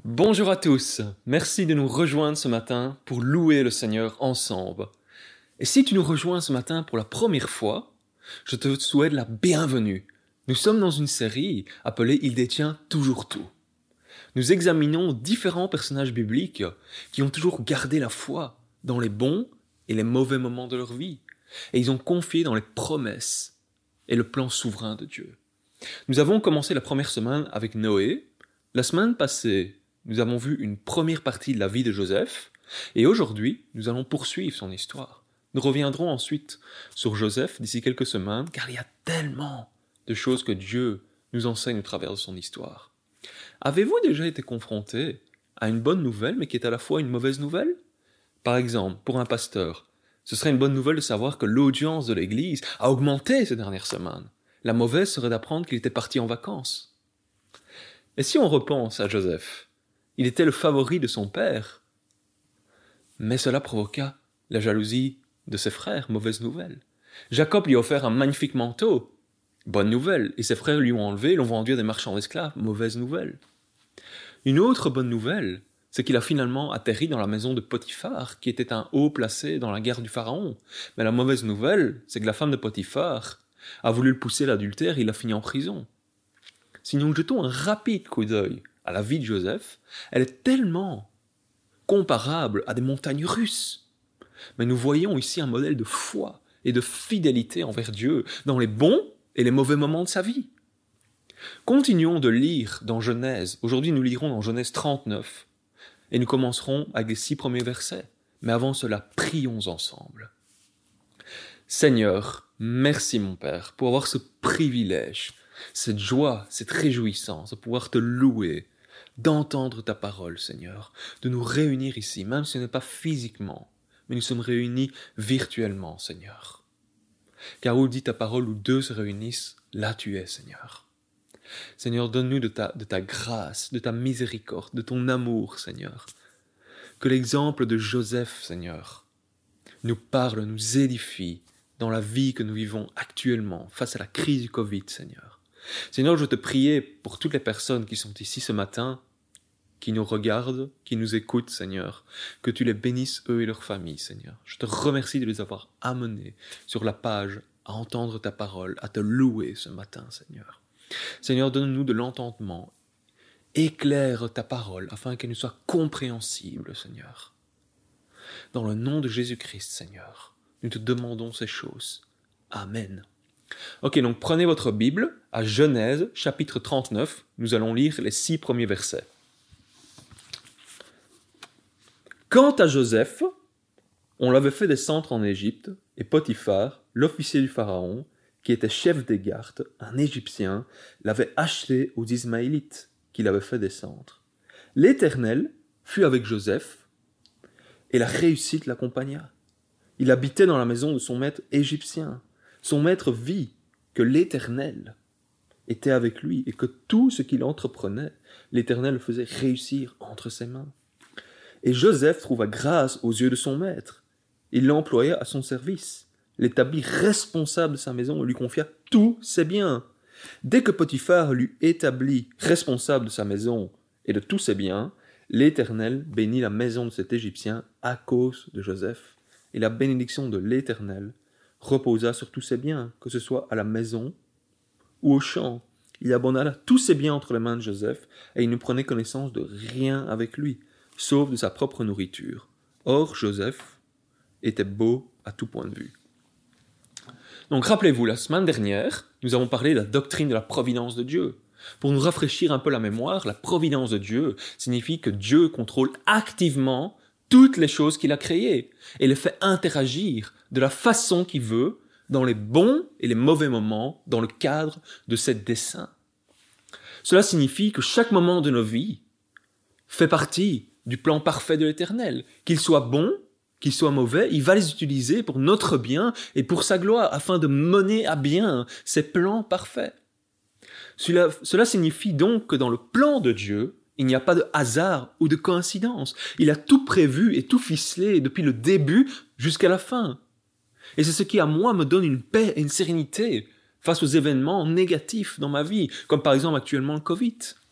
Bonjour à tous, merci de nous rejoindre ce matin pour louer le Seigneur ensemble. Et si tu nous rejoins ce matin pour la première fois, je te souhaite la bienvenue. Nous sommes dans une série appelée « Il détient toujours tout ». Nous examinons différents personnages bibliques qui ont toujours gardé la foi dans les bons et les mauvais moments de leur vie. Et ils ont confié dans les promesses et le plan souverain de Dieu. Nous avons commencé la première semaine avec Noé. La semaine passée, nous avons vu une première partie de la vie de Joseph, et aujourd'hui, nous allons poursuivre son histoire. Nous reviendrons ensuite sur Joseph d'ici quelques semaines, car il y a tellement de choses que Dieu nous enseigne au travers de son histoire. Avez-vous déjà été confronté à une bonne nouvelle, mais qui est à la fois une mauvaise nouvelle? Par exemple, pour un pasteur, ce serait une bonne nouvelle de savoir que l'audience de l'Église a augmenté ces dernières semaines. La mauvaise serait d'apprendre qu'il était parti en vacances. Et si on repense à Joseph, il était le favori de son père, mais cela provoqua la jalousie de ses frères, mauvaise nouvelle. Jacob lui a offert un magnifique manteau, bonne nouvelle, et ses frères lui ont enlevé, l'ont vendu à des marchands d'esclaves, mauvaise nouvelle. Une autre bonne nouvelle, c'est qu'il a finalement atterri dans la maison de Potiphar, qui était un haut placé dans la garde du pharaon. Mais la mauvaise nouvelle, c'est que la femme de Potiphar a voulu le pousser à l'adultère, il a fini en prison. Si nous jetons un rapide coup d'œil à la vie de Joseph, elle est tellement comparable à des montagnes russes. Mais nous voyons ici un modèle de foi et de fidélité envers Dieu dans les bons et les mauvais moments de sa vie. Continuons de lire dans Genèse. Aujourd'hui, nous lirons dans Genèse 39 et nous commencerons avec les 6 premiers versets. Mais avant cela, prions ensemble. Seigneur, merci mon Père pour avoir ce privilège, cette joie, cette réjouissance de pouvoir te louer, d'entendre ta parole, Seigneur, de nous réunir ici, même si ce n'est pas physiquement, mais nous sommes réunis virtuellement, Seigneur. Car où dit ta parole, où deux se réunissent, là tu es, Seigneur. Seigneur, donne-nous de ta grâce, de ta miséricorde, de ton amour, Seigneur. Que l'exemple de Joseph, Seigneur, nous parle, nous édifie dans la vie que nous vivons actuellement face à la crise du Covid, Seigneur. Seigneur, je te prie pour toutes les personnes qui sont ici ce matin, qui nous regardent, qui nous écoutent, Seigneur, que tu les bénisses eux et leurs familles, Seigneur. Je te remercie de les avoir amenés sur la page à entendre ta parole, à te louer ce matin, Seigneur. Seigneur, donne-nous de l'entendement, éclaire ta parole afin qu'elle nous soit compréhensible, Seigneur. Dans le nom de Jésus-Christ, Seigneur, nous te demandons ces choses. Amen. Ok, donc prenez votre Bible à Genèse, chapitre 39. Nous allons lire les 6 premiers versets. Quant à Joseph, on l'avait fait descendre en Égypte, et Potiphar, l'officier du Pharaon, qui était chef des gardes, un Égyptien, l'avait acheté aux Ismaélites, qui l'avaient fait descendre. L'Éternel fut avec Joseph, et la réussite l'accompagna. Il habitait dans la maison de son maître égyptien. Son maître vit que l'Éternel était avec lui et que tout ce qu'il entreprenait, l'Éternel le faisait réussir entre ses mains. Et Joseph trouva grâce aux yeux de son maître. Il l'employa à son service, l'établit responsable de sa maison et lui confia tous ses biens. Dès que Potiphar l'eut établi responsable de sa maison et de tous ses biens, l'Éternel bénit la maison de cet Égyptien à cause de Joseph. Et la bénédiction de l'Éternel reposa sur tous ses biens, que ce soit à la maison ou au champ. Il abandonna tous ses biens entre les mains de Joseph, et il ne prenait connaissance de rien avec lui, sauf de sa propre nourriture. Or, Joseph était beau à tout point de vue. Donc rappelez-vous, la semaine dernière, nous avons parlé de la doctrine de la providence de Dieu. Pour nous rafraîchir un peu la mémoire, la providence de Dieu signifie que Dieu contrôle activement toutes les choses qu'il a créées et les fait interagir de la façon qu'il veut dans les bons et les mauvais moments dans le cadre de ses desseins. Cela signifie que chaque moment de nos vies fait partie du plan parfait de l'Éternel. Qu'il soit bon, qu'il soit mauvais, il va les utiliser pour notre bien et pour sa gloire afin de mener à bien ses plans parfaits. Cela signifie donc que dans le plan de Dieu, il n'y a pas de hasard ou de coïncidence. Il a tout prévu et tout ficelé depuis le début jusqu'à la fin. Et c'est ce qui, à moi, me donne une paix et une sérénité face aux événements négatifs dans ma vie, comme par exemple actuellement le Covid.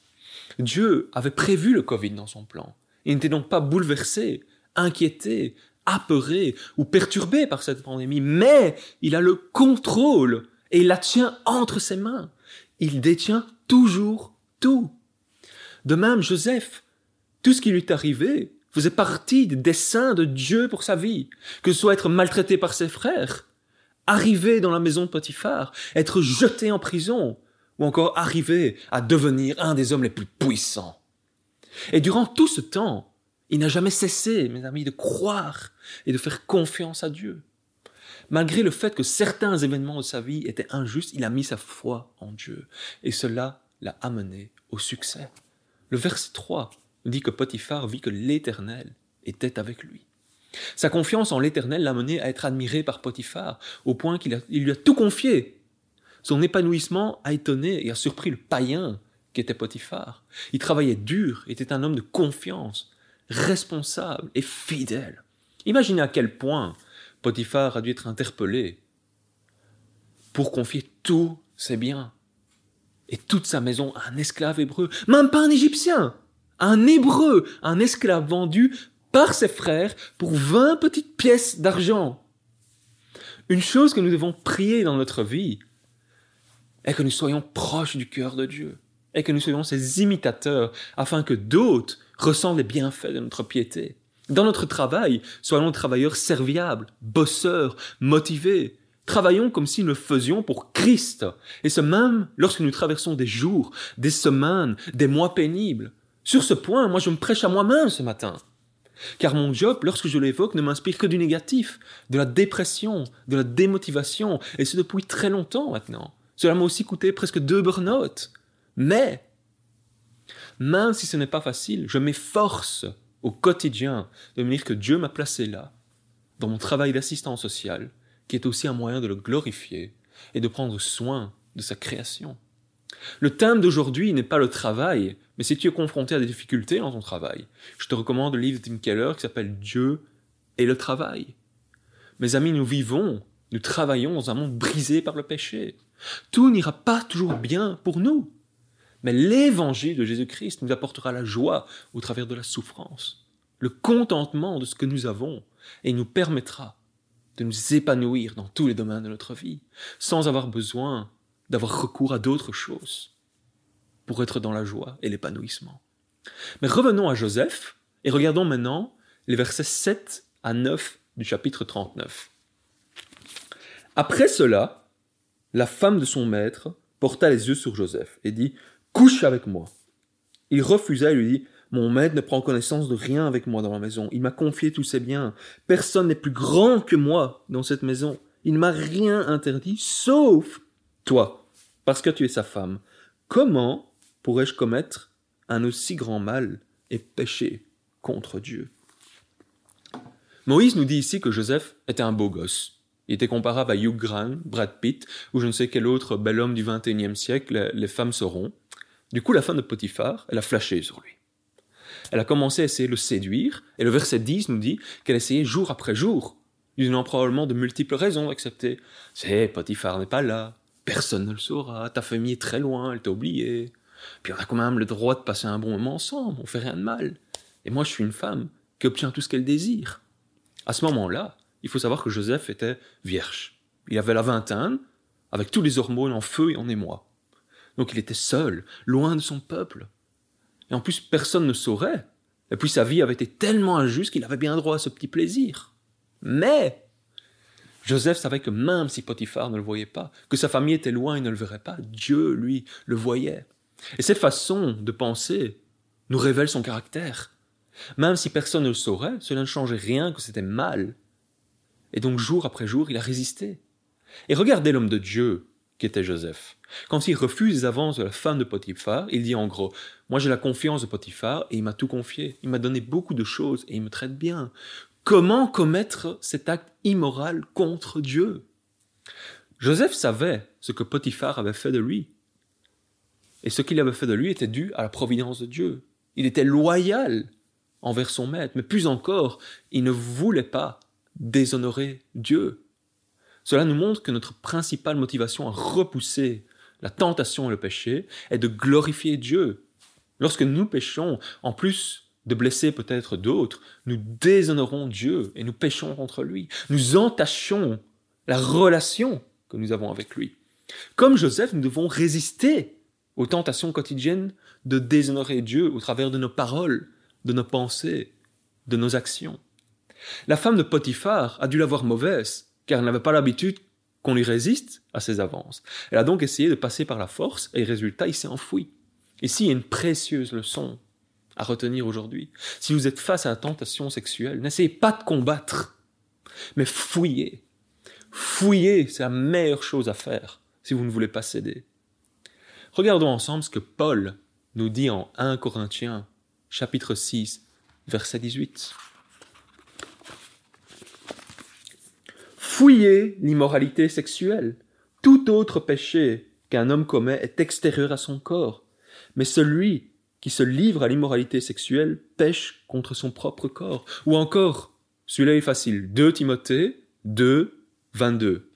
Dieu avait prévu le Covid dans son plan. Il n'était donc pas bouleversé, inquiété, apeuré ou perturbé par cette pandémie, mais il a le contrôle et il la tient entre ses mains. Il détient toujours tout. De même, Joseph, tout ce qui lui est arrivé faisait partie des desseins de Dieu pour sa vie, que ce soit être maltraité par ses frères, arriver dans la maison de Potiphar, être jeté en prison, ou encore arriver à devenir un des hommes les plus puissants. Et durant tout ce temps, il n'a jamais cessé, mes amis, de croire et de faire confiance à Dieu. Malgré le fait que certains événements de sa vie étaient injustes, il a mis sa foi en Dieu. Et cela l'a amené au succès. Le verset 3 nous dit que Potiphar vit que l'Éternel était avec lui. Sa confiance en l'Éternel l'a mené à être admiré par Potiphar, au point qu'il lui a tout confié. Son épanouissement a étonné et a surpris le païen qui était Potiphar. Il travaillait dur, était un homme de confiance, responsable et fidèle. Imaginez à quel point Potiphar a dû être interpellé pour confier tous ses biens et toute sa maison à un esclave hébreu, même pas un Égyptien, un Hébreu, un esclave vendu par ses frères pour 20 petites pièces d'argent. Une chose que nous devons prier dans notre vie est que nous soyons proches du cœur de Dieu et que nous soyons ses imitateurs afin que d'autres ressentent les bienfaits de notre piété. Dans notre travail, soyons travailleurs serviables, bosseurs, motivés. Travaillons comme si nous le faisions pour Christ. Et ce même lorsque nous traversons des jours, des semaines, des mois pénibles. Sur ce point, moi je me prêche à moi-même ce matin. Car mon job, lorsque je l'évoque, ne m'inspire que du négatif, de la dépression, de la démotivation, et ce depuis très longtemps maintenant. Cela m'a aussi coûté presque 2 burn-out. Mais, même si ce n'est pas facile, je m'efforce au quotidien de me dire que Dieu m'a placé là, dans mon travail d'assistant social, qui est aussi un moyen de le glorifier et de prendre soin de sa création. Le thème d'aujourd'hui n'est pas le travail, mais si tu es confronté à des difficultés dans ton travail, je te recommande le livre de Tim Keller qui s'appelle « Dieu et le travail ». Mes amis, nous travaillons dans un monde brisé par le péché. Tout n'ira pas toujours bien pour nous. Mais l'évangile de Jésus-Christ nous apportera la joie au travers de la souffrance, le contentement de ce que nous avons, et nous permettra de nous épanouir dans tous les domaines de notre vie, sans avoir besoin d'avoir recours à d'autres choses pour être dans la joie et l'épanouissement. Mais revenons à Joseph, et regardons maintenant les versets 7 à 9 du chapitre 39. Après cela, la femme de son maître porta les yeux sur Joseph et dit « Couche avec moi ». Il refusa et lui dit « Mon maître ne prend connaissance de rien avec moi dans la maison. Il m'a confié tous ses biens. Personne n'est plus grand que moi dans cette maison. Il ne m'a rien interdit, sauf toi, parce que tu es sa femme. Comment pourrais-je commettre un aussi grand mal et pécher contre Dieu ?» Moïse nous dit ici que Joseph était un beau gosse. Il était comparable à Hugh Grant, Brad Pitt, ou je ne sais quel autre bel homme du XXIe siècle, les femmes sauront. Du coup, la femme de Potiphar, elle a flashé sur lui. Elle a commencé à essayer de le séduire, et le verset 10 nous dit qu'elle essayait jour après jour, lui donnant probablement de multiples raisons d'accepter. « C'est, Potiphar n'est pas là, personne ne le saura, ta famille est très loin, elle t'a oublié. Puis on a quand même le droit de passer un bon moment ensemble, on fait rien de mal. Et moi je suis une femme qui obtient tout ce qu'elle désire. » À ce moment-là, il faut savoir que Joseph était vierge. Il avait la vingtaine, avec tous les hormones en feu et en émoi. Donc il était seul, loin de son peuple. Et en plus, personne ne saurait. Et puis sa vie avait été tellement injuste qu'il avait bien droit à ce petit plaisir. Mais Joseph savait que même si Potiphar ne le voyait pas, que sa famille était loin et ne le verrait pas, Dieu, lui, le voyait. Et cette façon de penser nous révèle son caractère. Même si personne ne le saurait, cela ne changeait rien que c'était mal. Et donc jour après jour, il a résisté. Et regardez l'homme de Dieu qui était Joseph. Quand il refuse les avances de la femme de Potiphar, il dit en gros « Moi j'ai la confiance de Potiphar et il m'a tout confié. Il m'a donné beaucoup de choses et il me traite bien. Comment commettre cet acte immoral contre Dieu ?» Joseph savait ce que Potiphar avait fait de lui. Et ce qu'il avait fait de lui était dû à la providence de Dieu. Il était loyal envers son maître, mais plus encore, il ne voulait pas déshonorer Dieu. Cela nous montre que notre principale motivation à repousser la tentation et le péché est de glorifier Dieu. Lorsque nous péchons, en plus de blesser peut-être d'autres, nous déshonorons Dieu et nous péchons contre lui. Nous entachons la relation que nous avons avec lui. Comme Joseph, nous devons résister aux tentations quotidiennes de déshonorer Dieu au travers de nos paroles, de nos pensées, de nos actions. La femme de Potiphar a dû l'avoir mauvaise, car elle n'avait pas l'habitude qu'on lui résiste à ses avances. Elle a donc essayé de passer par la force, et résultat, il s'est enfoui. Ici, il y a une précieuse leçon à retenir aujourd'hui. Si vous êtes face à la tentation sexuelle, n'essayez pas de combattre, mais fouillez. Fouillez, c'est la meilleure chose à faire si vous ne voulez pas céder. Regardons ensemble ce que Paul nous dit en 1 Corinthiens, chapitre 6, verset 18. Fouillez l'immoralité sexuelle. Tout autre péché qu'un homme commet est extérieur à son corps. Mais celui qui se livre à l'immoralité sexuelle pêche contre son propre corps. Ou encore, celui-là est facile, 2 Timothée 2, 22.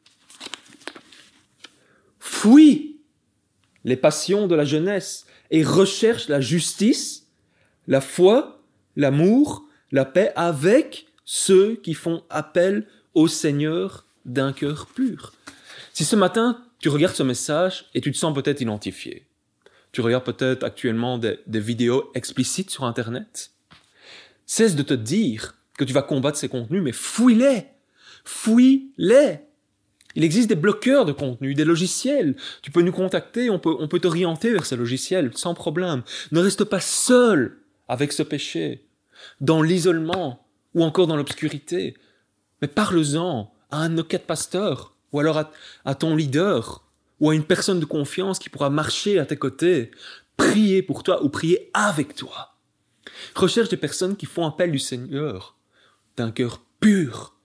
Fouille les passions de la jeunesse et recherche la justice, la foi, l'amour, la paix avec ceux qui font appel au Seigneur d'un cœur pur. Si ce matin, tu regardes ce message et tu te sens peut-être identifié, tu regardes peut-être actuellement des vidéos explicites sur Internet, cesse de te dire que tu vas combattre ces contenus, mais fouille-les. Fouille-les. Il existe des bloqueurs de contenu, des logiciels. Tu peux nous contacter, on peut t'orienter vers ces logiciels sans problème. Ne reste pas seul avec ce péché, dans l'isolement ou encore dans l'obscurité. Mais parle-en à un de nos 4 pasteurs, ou alors à ton leader, ou à une personne de confiance qui pourra marcher à tes côtés, prier pour toi ou prier avec toi. Recherche des personnes qui font appel du Seigneur, d'un cœur pur.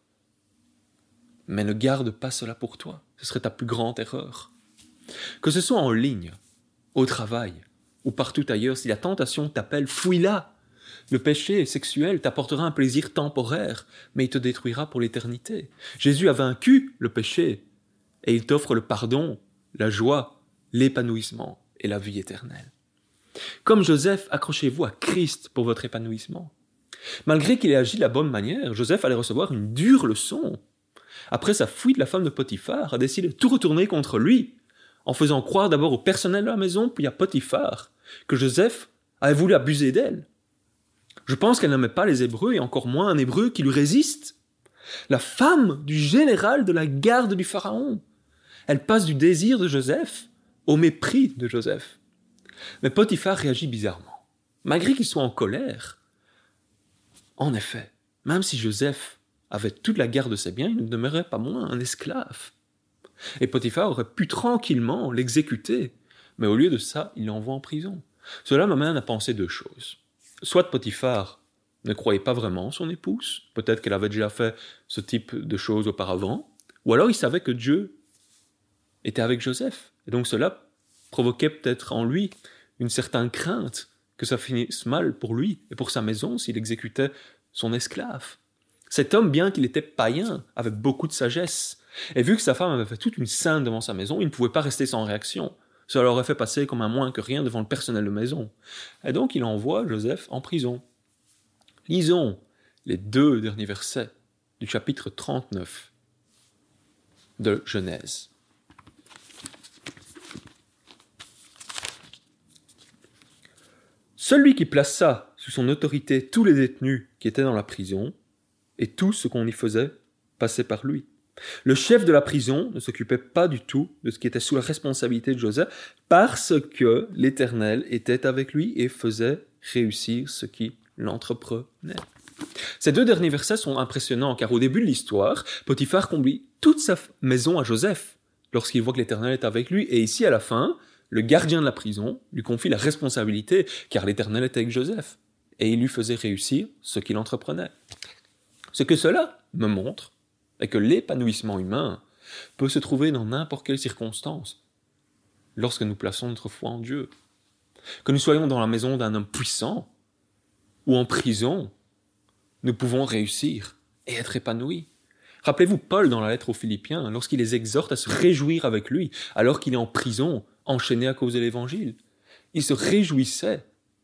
Mais ne garde pas cela pour toi, ce serait ta plus grande erreur. Que ce soit en ligne, au travail, ou partout ailleurs, si la tentation t'appelle, fouille-la. Le péché sexuel t'apportera un plaisir temporaire, mais il te détruira pour l'éternité. Jésus a vaincu le péché, et il t'offre le pardon, la joie, l'épanouissement et la vie éternelle. Comme Joseph, accrochez-vous à Christ pour votre épanouissement. Malgré qu'il ait agi de la bonne manière, Joseph allait recevoir une dure leçon. Après sa fuite, la femme de Potiphar a décidé de tout retourner contre lui, en faisant croire d'abord au personnel de la maison, puis à Potiphar, que Joseph avait voulu abuser d'elle. Je pense qu'elle n'aimait pas les Hébreux, et encore moins un Hébreu qui lui résiste. La femme du général de la garde du Pharaon. Elle passe du désir de Joseph au mépris de Joseph. Mais Potiphar réagit bizarrement. Malgré qu'il soit en colère, en effet, même si Joseph avait toute la garde de ses biens, il ne demeurait pas moins un esclave. Et Potiphar aurait pu tranquillement l'exécuter, mais au lieu de ça, il l'envoie en prison. Cela m'amène à penser 2 choses. Soit Potiphar ne croyait pas vraiment en son épouse, peut-être qu'elle avait déjà fait ce type de choses auparavant, ou alors il savait que Dieu était avec Joseph, et donc cela provoquait peut-être en lui une certaine crainte que ça finisse mal pour lui et pour sa maison s'il exécutait son esclave. Cet homme, bien qu'il était païen, avait beaucoup de sagesse, et vu que sa femme avait fait toute une scène devant sa maison, il ne pouvait pas rester sans réaction. Cela l'aurait fait passer comme un moins que rien devant le personnel de maison. Et donc il envoie Joseph en prison. Lisons les 2 derniers versets du chapitre 39 de Genèse. Celui qui plaça sous son autorité tous les détenus qui étaient dans la prison, et tout ce qu'on y faisait passait par lui. Le chef de la prison ne s'occupait pas du tout de ce qui était sous la responsabilité de Joseph, parce que l'Éternel était avec lui et faisait réussir ce qu'il entreprenait. Ces 2 derniers versets sont impressionnants, car au début de l'histoire, Potiphar confie toute sa maison à Joseph, lorsqu'il voit que l'Éternel est avec lui, et ici à la fin, le gardien de la prison lui confie la responsabilité, car l'Éternel était avec Joseph, et il lui faisait réussir ce qu'il entreprenait. Ce que cela me montre est que l'épanouissement humain peut se trouver dans n'importe quelle circonstance lorsque nous plaçons notre foi en Dieu. Que nous soyons dans la maison d'un homme puissant ou en prison, nous pouvons réussir et être épanouis. Rappelez-vous Paul dans la lettre aux Philippiens, lorsqu'il les exhorte à se réjouir avec lui, alors qu'il est en prison, enchaîné à cause de l'Évangile. Il se réjouissait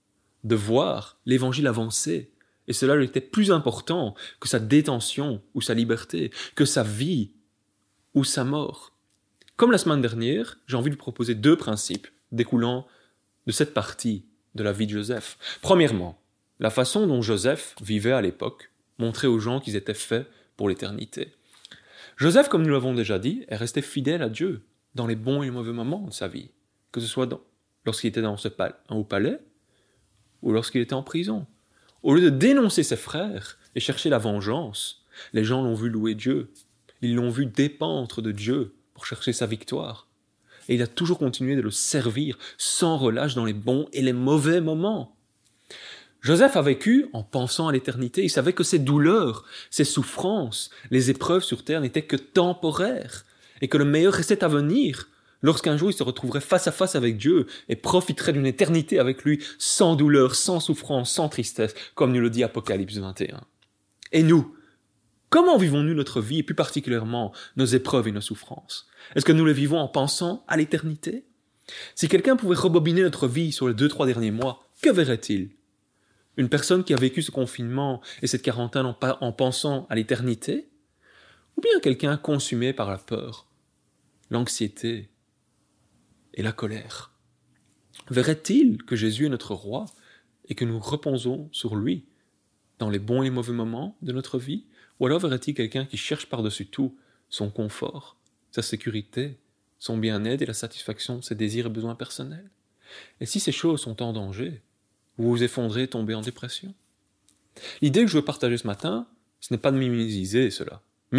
de voir l'évangile avancer. Et cela lui était plus important que sa détention ou sa liberté, que sa vie ou sa mort. Comme la semaine dernière, j'ai envie de vous proposer 2 principes découlant de cette partie de la vie de Joseph. Premièrement, la façon dont Joseph vivait à l'époque montrait aux gens qu'ils étaient faits pour l'éternité. Joseph, comme nous l'avons déjà dit, est resté fidèle à Dieu dans les bons et les mauvais moments de sa vie, que ce soit lorsqu'il était au palais ou lorsqu'il était en prison. Au lieu de dénoncer ses frères et chercher la vengeance, les gens l'ont vu louer Dieu. Ils l'ont vu dépendre de Dieu pour chercher sa victoire. Et il a toujours continué de le servir sans relâche dans les bons et les mauvais moments. Joseph a vécu en pensant à l'éternité. Il savait que ses douleurs, ses souffrances, les épreuves sur terre n'étaient que temporaires et que le meilleur restait à venir lorsqu'un jour il se retrouverait face à face avec Dieu et profiterait d'une éternité avec lui sans douleur, sans souffrance, sans tristesse, comme nous le dit Apocalypse 21. Et nous, comment vivons-nous notre vie et plus particulièrement nos épreuves et nos souffrances? Est-ce que nous les vivons en pensant à l'éternité? Si quelqu'un pouvait rebobiner notre vie sur les 2-3 derniers mois, que verrait-il? Une personne qui a vécu ce confinement et cette quarantaine en pensant à l'éternité? Ou bien quelqu'un consumé par la peur, l'anxiété et la colère? Verrait-il que Jésus est notre roi et que nous reposons sur lui dans les bons et les mauvais moments de notre vie? Ou alors verrait-il quelqu'un qui cherche par-dessus tout son confort, sa sécurité, son bien-être et la satisfaction de ses désirs et besoins personnels? Et si ces choses sont en danger, vous vous effondrez, tombez en dépression. L'idée que je veux partager ce matin, ce n'est pas de minimiser cela,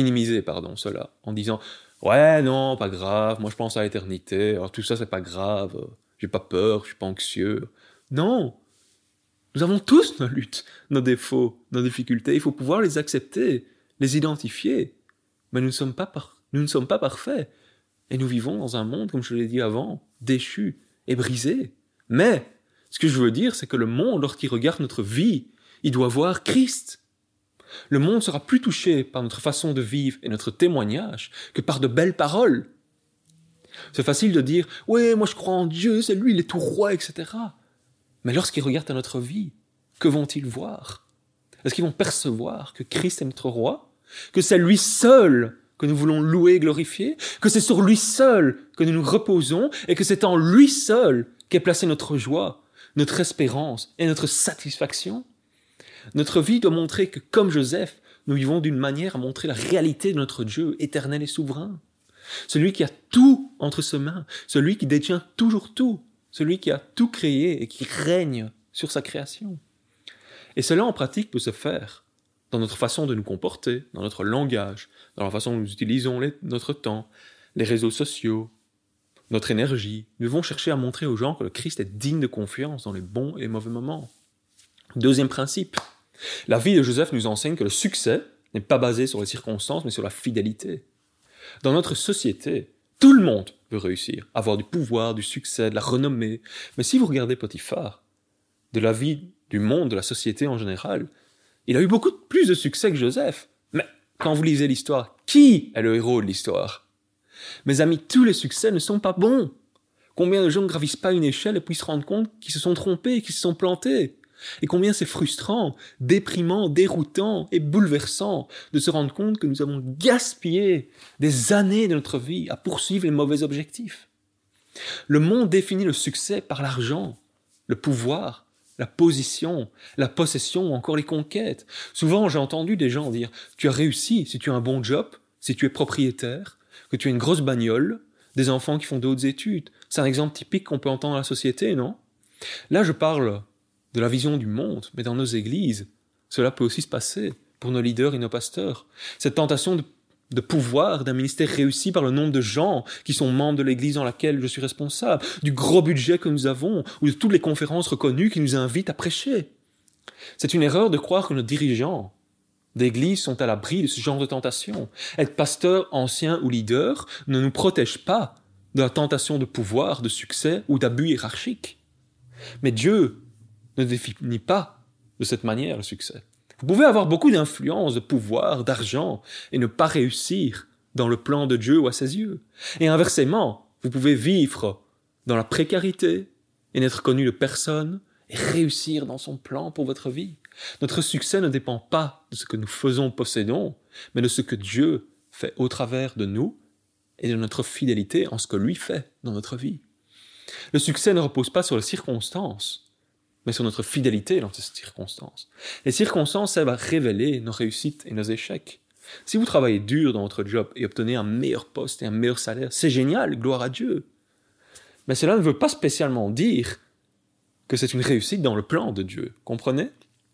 en disant « Ouais, non, pas grave, moi je pense à l'éternité, alors tout ça c'est pas grave, j'ai pas peur, je suis pas anxieux. » Non, nous avons tous nos luttes, nos défauts, nos difficultés, il faut pouvoir les accepter, les identifier, mais nous ne sommes pas parfaits, et nous vivons dans un monde, comme je l'ai dit avant, déchu et brisé. Mais ce que je veux dire, c'est que le monde, lorsqu'il regarde notre vie, il doit voir Christ. Le monde sera plus touché par notre façon de vivre et notre témoignage que par de belles paroles. C'est facile de dire « Ouais, moi je crois en Dieu, c'est lui, il est tout roi, etc. » Mais lorsqu'ils regardent à notre vie, que vont-ils voir? Est-ce qu'ils vont percevoir que Christ est notre roi? Que c'est lui seul que nous voulons louer et glorifier? Que c'est sur lui seul que nous nous reposons et que c'est en lui seul qu'est placée notre joie, notre espérance et notre satisfaction? Notre vie doit montrer que, comme Joseph, nous vivons d'une manière à montrer la réalité de notre Dieu éternel et souverain. Celui qui a tout entre ses mains, celui qui détient toujours tout, celui qui a tout créé et qui règne sur sa création. Et cela en pratique peut se faire dans notre façon de nous comporter, dans notre langage, dans la façon dont nous utilisons notre temps, les réseaux sociaux, notre énergie. Nous devons chercher à montrer aux gens que le Christ est digne de confiance dans les bons et les mauvais moments. Deuxième principe, la vie de Joseph nous enseigne que le succès n'est pas basé sur les circonstances, mais sur la fidélité. Dans notre société, tout le monde veut réussir, avoir du pouvoir, du succès, de la renommée. Mais si vous regardez Potiphar, de la vie du monde, de la société en général, il a eu beaucoup plus de succès que Joseph. Mais quand vous lisez l'histoire, qui est le héros de l'histoire? Mes amis, tous les succès ne sont pas bons. Combien de gens ne gravissent pas une échelle et puis se rendent compte qu'ils se sont trompés, qu'ils se sont plantés? Et combien c'est frustrant, déprimant, déroutant et bouleversant de se rendre compte que nous avons gaspillé des années de notre vie à poursuivre les mauvais objectifs. Le monde définit le succès par l'argent, le pouvoir, la position, la possession ou encore les conquêtes. Souvent, j'ai entendu des gens dire « Tu as réussi si tu as un bon job, si tu es propriétaire, que tu as une grosse bagnole, des enfants qui font d'autres études. » C'est un exemple typique qu'on peut entendre dans la société, non? Là, je parle de la vision du monde, mais dans nos églises, cela peut aussi se passer pour nos leaders et nos pasteurs. Cette tentation de pouvoir, d'un ministère réussi par le nombre de gens qui sont membres de l'église dans laquelle je suis responsable, du gros budget que nous avons, ou de toutes les conférences reconnues qui nous invitent à prêcher. C'est une erreur de croire que nos dirigeants d'église sont à l'abri de ce genre de tentation. Être pasteur, ancien ou leader ne nous protège pas de la tentation de pouvoir, de succès ou d'abus hiérarchiques. Mais Dieu ne définit pas de cette manière le succès. Vous pouvez avoir beaucoup d'influence, de pouvoir, d'argent et ne pas réussir dans le plan de Dieu ou à ses yeux. Et inversement, vous pouvez vivre dans la précarité et n'être connu de personne et réussir dans son plan pour votre vie. Notre succès ne dépend pas de ce que nous faisons, possédons, mais de ce que Dieu fait au travers de nous et de notre fidélité en ce que lui fait dans notre vie. Le succès ne repose pas sur les circonstances, mais sur notre fidélité dans ces circonstances. Les circonstances servent à révéler nos réussites et nos échecs. Si vous travaillez dur dans votre job et obtenez un meilleur poste et un meilleur salaire, c'est génial, gloire à Dieu. Mais cela ne veut pas spécialement dire que c'est une réussite dans le plan de Dieu, comprenez?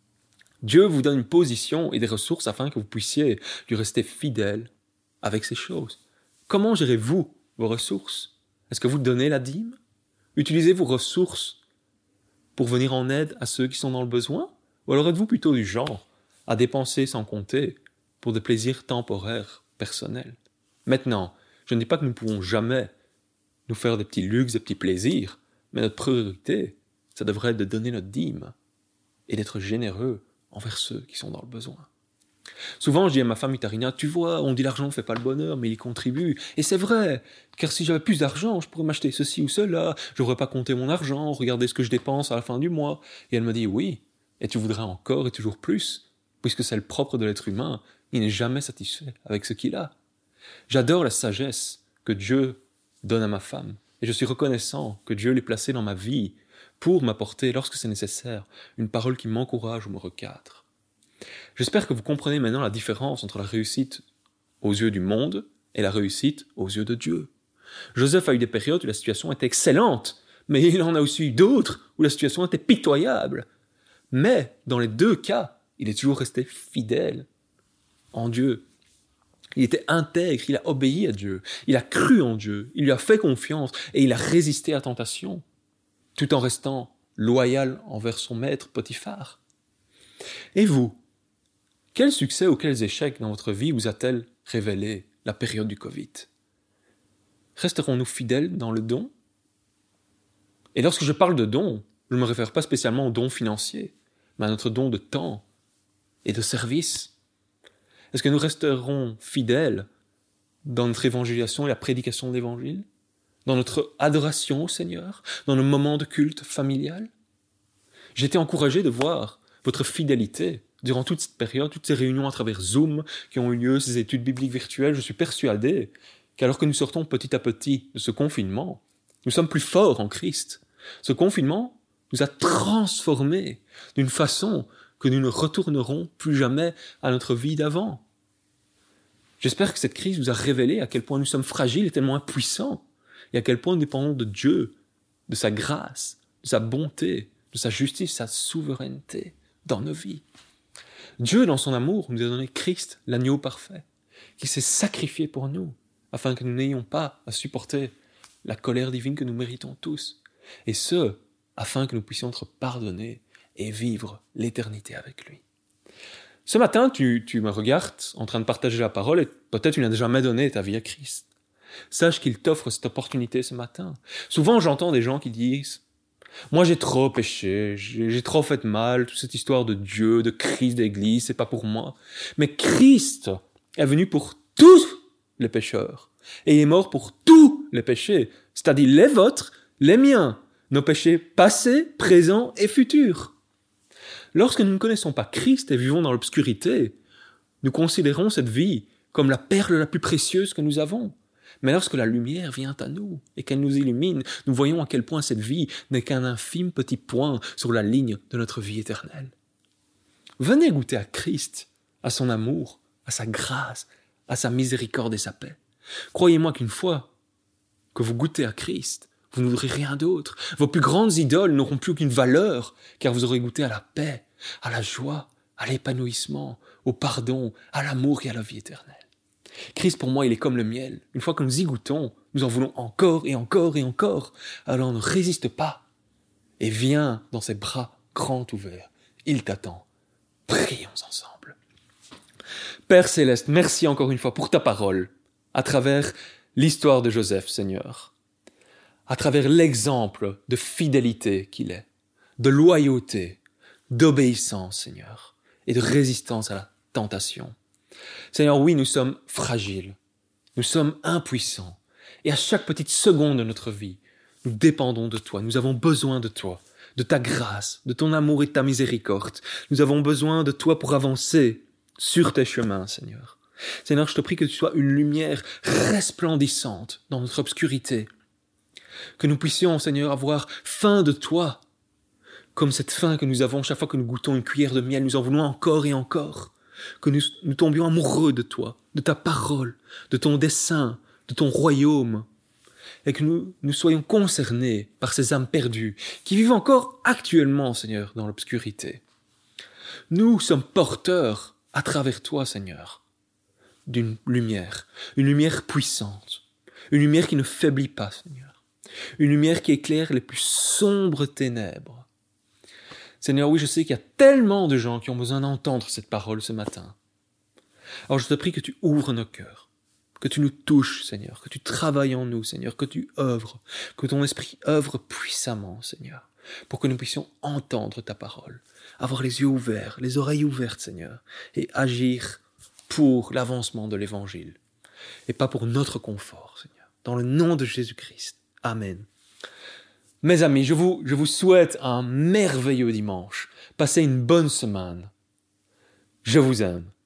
Dieu vous donne une position et des ressources afin que vous puissiez lui rester fidèle avec ces choses. Comment gérez-vous vos ressources? Est-ce que vous donnez la dîme? Utilisez vos ressources pour venir en aide à ceux qui sont dans le besoin? Ou alors êtes-vous plutôt du genre à dépenser sans compter pour des plaisirs temporaires, personnels? Maintenant, je ne dis pas que nous ne pouvons jamais nous faire des petits luxes, des petits plaisirs, mais notre priorité, ça devrait être de donner notre dîme et d'être généreux envers ceux qui sont dans le besoin. Souvent, je dis à ma femme Itarina, tu vois, on dit l'argent ne fait pas le bonheur, mais il y contribue. Et c'est vrai, car si j'avais plus d'argent, je pourrais m'acheter ceci ou cela, je n'aurais pas compté mon argent, regarder ce que je dépense à la fin du mois. Et elle me dit, oui, et tu voudrais encore et toujours plus, puisque c'est le propre de l'être humain, il n'est jamais satisfait avec ce qu'il a. J'adore la sagesse que Dieu donne à ma femme, et je suis reconnaissant que Dieu l'ait placée dans ma vie pour m'apporter, lorsque c'est nécessaire, une parole qui m'encourage ou me recadre. J'espère que vous comprenez maintenant la différence entre la réussite aux yeux du monde et la réussite aux yeux de Dieu. Joseph a eu des périodes où la situation était excellente, mais il en a aussi eu d'autres où la situation était pitoyable. Mais dans les deux cas, il est toujours resté fidèle en Dieu. Il était intègre, il a obéi à Dieu, il a cru en Dieu, il lui a fait confiance et il a résisté à la tentation, tout en restant loyal envers son maître Potiphar. Et vous, quels succès ou quels échecs dans votre vie vous a-t-elle révélé la période du Covid? Resterons-nous fidèles dans le don? Et lorsque je parle de don, je ne me réfère pas spécialement au don financier, mais à notre don de temps et de service. Est-ce que nous resterons fidèles dans notre évangélisation et la prédication de l'évangile? Dans notre adoration au Seigneur? Dans nos moments de culte familial? J'ai été encouragé de voir votre fidélité durant toute cette période, toutes ces réunions à travers Zoom qui ont eu lieu, ces études bibliques virtuelles. Je suis persuadé qu'alors que nous sortons petit à petit de ce confinement, nous sommes plus forts en Christ. Ce confinement nous a transformés d'une façon que nous ne retournerons plus jamais à notre vie d'avant. J'espère que cette crise vous a révélé à quel point nous sommes fragiles et tellement impuissants, et à quel point nous dépendons de Dieu, de sa grâce, de sa bonté, de sa justice, sa souveraineté dans nos vies. Dieu, dans son amour, nous a donné Christ, l'agneau parfait, qui s'est sacrifié pour nous, afin que nous n'ayons pas à supporter la colère divine que nous méritons tous, et ce, afin que nous puissions être pardonnés et vivre l'éternité avec lui. Ce matin, tu me regardes en train de partager la parole et peut-être tu n'as jamais donné ta vie à Christ. Sache qu'il t'offre cette opportunité ce matin. Souvent, j'entends des gens qui disent « Moi, j'ai trop péché, j'ai trop fait mal, toute cette histoire de Dieu, de Christ, d'église, c'est pas pour moi. » Mais Christ est venu pour tous les pécheurs. Et il est mort pour tous les péchés, c'est-à-dire les vôtres, les miens, nos péchés passés, présents et futurs. Lorsque nous ne connaissons pas Christ et vivons dans l'obscurité, nous considérons cette vie comme la perle la plus précieuse que nous avons. Mais lorsque la lumière vient à nous et qu'elle nous illumine, nous voyons à quel point cette vie n'est qu'un infime petit point sur la ligne de notre vie éternelle. Venez goûter à Christ, à son amour, à sa grâce, à sa miséricorde et sa paix. Croyez-moi qu'une fois que vous goûtez à Christ, vous n'aurez rien d'autre. Vos plus grandes idoles n'auront plus aucune valeur, car vous aurez goûté à la paix, à la joie, à l'épanouissement, au pardon, à l'amour et à la vie éternelle. Christ, pour moi, il est comme le miel. Une fois que nous y goûtons, nous en voulons encore et encore et encore. Alors ne résiste pas et viens dans ses bras grands ouverts. Il t'attend. Prions ensemble. Père Céleste, merci encore une fois pour ta parole, à travers l'histoire de Joseph, Seigneur, à travers l'exemple de fidélité qu'il est, de loyauté, d'obéissance, Seigneur, et de résistance à la tentation. Seigneur, oui, nous sommes fragiles, nous sommes impuissants, et à chaque petite seconde de notre vie, nous dépendons de toi, nous avons besoin de toi. de ta grâce, de ton amour et de ta miséricorde. Nous avons besoin de toi pour avancer sur tes chemins, Seigneur. Seigneur, je te prie que tu sois une lumière resplendissante dans notre obscurité. Que nous puissions, Seigneur, avoir faim de toi, comme cette faim que nous avons chaque fois que nous goûtons une cuillère de miel, nous en voulons encore et encore. Que nous tombions amoureux de toi, de ta parole, de ton dessein, de ton royaume, et que nous soyons concernés par ces âmes perdues qui vivent encore actuellement, Seigneur, dans l'obscurité. Nous sommes porteurs, à travers toi, Seigneur, d'une lumière, une lumière puissante, une lumière qui ne faiblit pas, Seigneur, une lumière qui éclaire les plus sombres ténèbres. Seigneur, oui, je sais qu'il y a tellement de gens qui ont besoin d'entendre cette parole ce matin. Alors je te prie que tu ouvres nos cœurs, que tu nous touches, Seigneur, que tu travailles en nous, Seigneur, que tu œuvres, que ton esprit œuvre puissamment, Seigneur, pour que nous puissions entendre ta parole, avoir les yeux ouverts, les oreilles ouvertes, Seigneur, et agir pour l'avancement de l'Évangile, et pas pour notre confort, Seigneur. Dans le nom de Jésus-Christ. Amen. Mes amis, je vous souhaite un merveilleux dimanche. Passez une bonne semaine. Je vous aime.